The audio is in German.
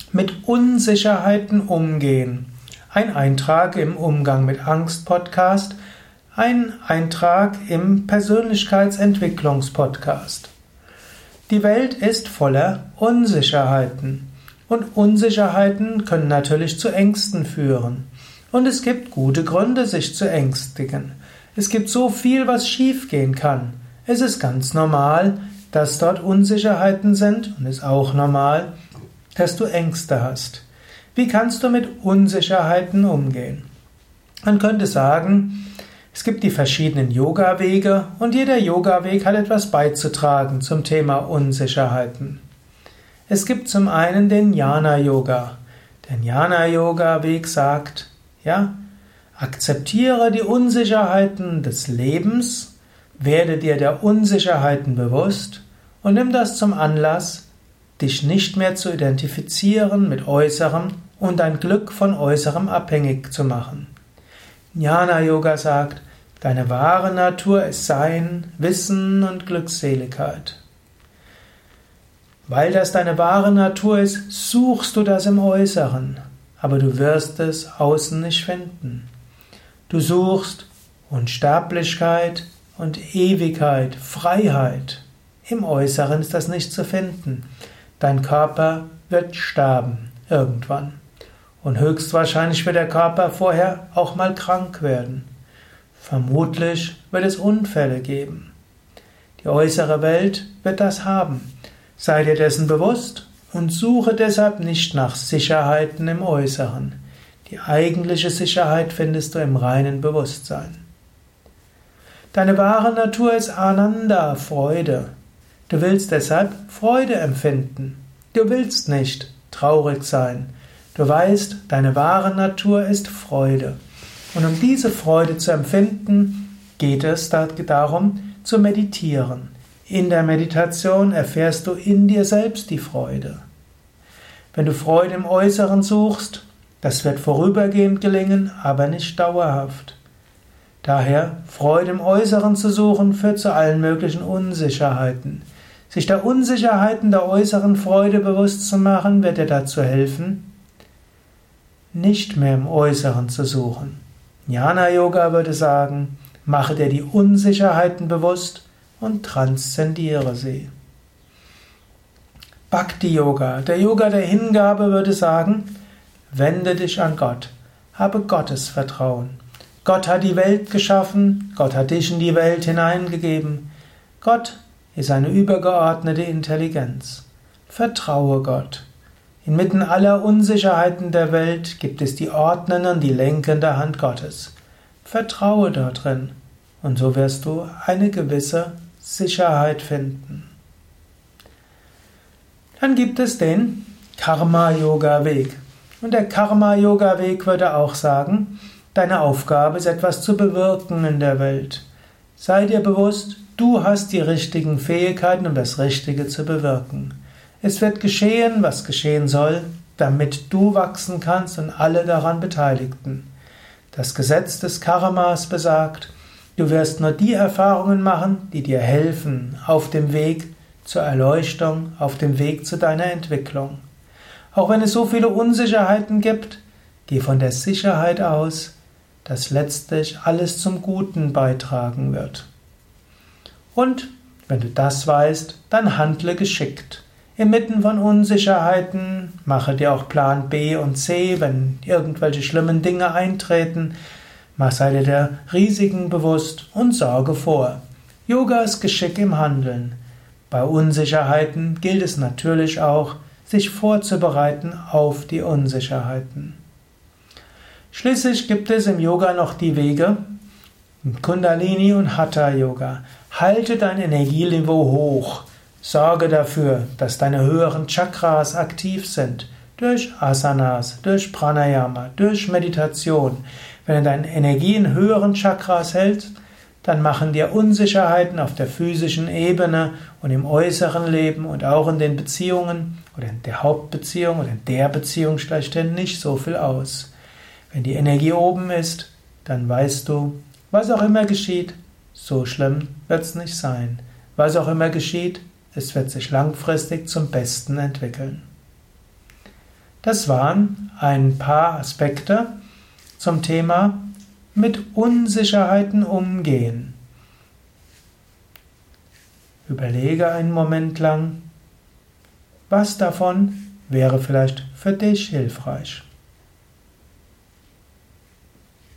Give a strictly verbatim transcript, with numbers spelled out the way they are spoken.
Mit Unsicherheiten umgehen. Ein Eintrag im Umgang mit Angst Podcast, ein Eintrag im Persönlichkeitsentwicklungs-Podcast. Die Welt ist voller Unsicherheiten und Unsicherheiten können natürlich zu Ängsten führen. Und es gibt gute Gründe, sich zu ängstigen. Es gibt so viel, was schiefgehen kann. Es ist ganz normal, dass dort Unsicherheiten sind und es ist auch normal, dass du Ängste hast. Wie kannst du mit Unsicherheiten umgehen? Man könnte sagen, es gibt die verschiedenen Yoga-Wege und jeder Yoga-Weg hat etwas beizutragen zum Thema Unsicherheiten. Es gibt zum einen den Jnana-Yoga. Der Jnana-Yoga-Weg sagt, ja, akzeptiere die Unsicherheiten des Lebens, werde dir der Unsicherheiten bewusst und nimm das zum Anlass, dich nicht mehr zu identifizieren mit Äußerem und dein Glück von Äußerem abhängig zu machen. Jnana Yoga sagt, deine wahre Natur ist Sein, Wissen und Glückseligkeit. Weil das deine wahre Natur ist, suchst du das im Äußeren, aber du wirst es außen nicht finden. Du suchst Unsterblichkeit und Ewigkeit, Freiheit. Im Äußeren ist das nicht zu finden. Dein Körper wird sterben irgendwann. Und höchstwahrscheinlich wird der Körper vorher auch mal krank werden. Vermutlich wird es Unfälle geben. Die äußere Welt wird das haben. Sei dir dessen bewusst und suche deshalb nicht nach Sicherheiten im Äußeren. Die eigentliche Sicherheit findest du im reinen Bewusstsein. Deine wahre Natur ist Ananda, Freude. Du willst deshalb Freude empfinden. Du willst nicht traurig sein. Du weißt, deine wahre Natur ist Freude. Und um diese Freude zu empfinden, geht es darum, zu meditieren. In der Meditation erfährst du in dir selbst die Freude. Wenn du Freude im Äußeren suchst, das wird vorübergehend gelingen, aber nicht dauerhaft. Daher, Freude im Äußeren zu suchen, führt zu allen möglichen Unsicherheiten. Sich der Unsicherheiten der äußeren Freude bewusst zu machen, wird dir dazu helfen, nicht mehr im Äußeren zu suchen. Jnana Yoga würde sagen, mache dir die Unsicherheiten bewusst und transzendiere sie. Bhakti Yoga, der Yoga der Hingabe, würde sagen, wende dich an Gott, habe Gottesvertrauen. Gott hat die Welt geschaffen, Gott hat dich in die Welt hineingegeben. Gott ist eine übergeordnete Intelligenz. Vertraue Gott. Inmitten aller Unsicherheiten der Welt gibt es die ordnende und die lenkende Hand Gottes. Vertraue darin und so wirst du eine gewisse Sicherheit finden. Dann gibt es den Karma-Yoga-Weg. Und der Karma-Yoga-Weg würde auch sagen, deine Aufgabe ist etwas zu bewirken in der Welt. Sei dir bewusst, du hast die richtigen Fähigkeiten, um das Richtige zu bewirken. Es wird geschehen, was geschehen soll, damit du wachsen kannst und alle daran Beteiligten. Das Gesetz des Karmas besagt, du wirst nur die Erfahrungen machen, die dir helfen auf dem Weg zur Erleuchtung, auf dem Weg zu deiner Entwicklung. Auch wenn es so viele Unsicherheiten gibt, geh von der Sicherheit aus, dass letztlich alles zum Guten beitragen wird. Und wenn du das weißt, dann handle geschickt. Inmitten von Unsicherheiten mache dir auch Plan B und C, wenn irgendwelche schlimmen Dinge eintreten. Sei dir der Risiken bewusst und sorge vor. Yoga ist Geschick im Handeln. Bei Unsicherheiten gilt es natürlich auch, sich vorzubereiten auf die Unsicherheiten. Schließlich gibt es im Yoga noch die Wege Kundalini und Hatha Yoga. Halte dein Energieniveau hoch. Sorge dafür, dass deine höheren Chakras aktiv sind. Durch Asanas, durch Pranayama, durch Meditation. Wenn du deine Energie in höheren Chakras hältst, dann machen dir Unsicherheiten auf der physischen Ebene und im äußeren Leben und auch in den Beziehungen oder in der Hauptbeziehung oder in der Beziehung schlechthin nicht so viel aus. Wenn die Energie oben ist, dann weißt du, was auch immer geschieht, so schlimm wird es nicht sein. Was auch immer geschieht, es wird sich langfristig zum Besten entwickeln. Das waren ein paar Aspekte zum Thema mit Unsicherheiten umgehen. Überlege einen Moment lang, was davon wäre vielleicht für dich hilfreich.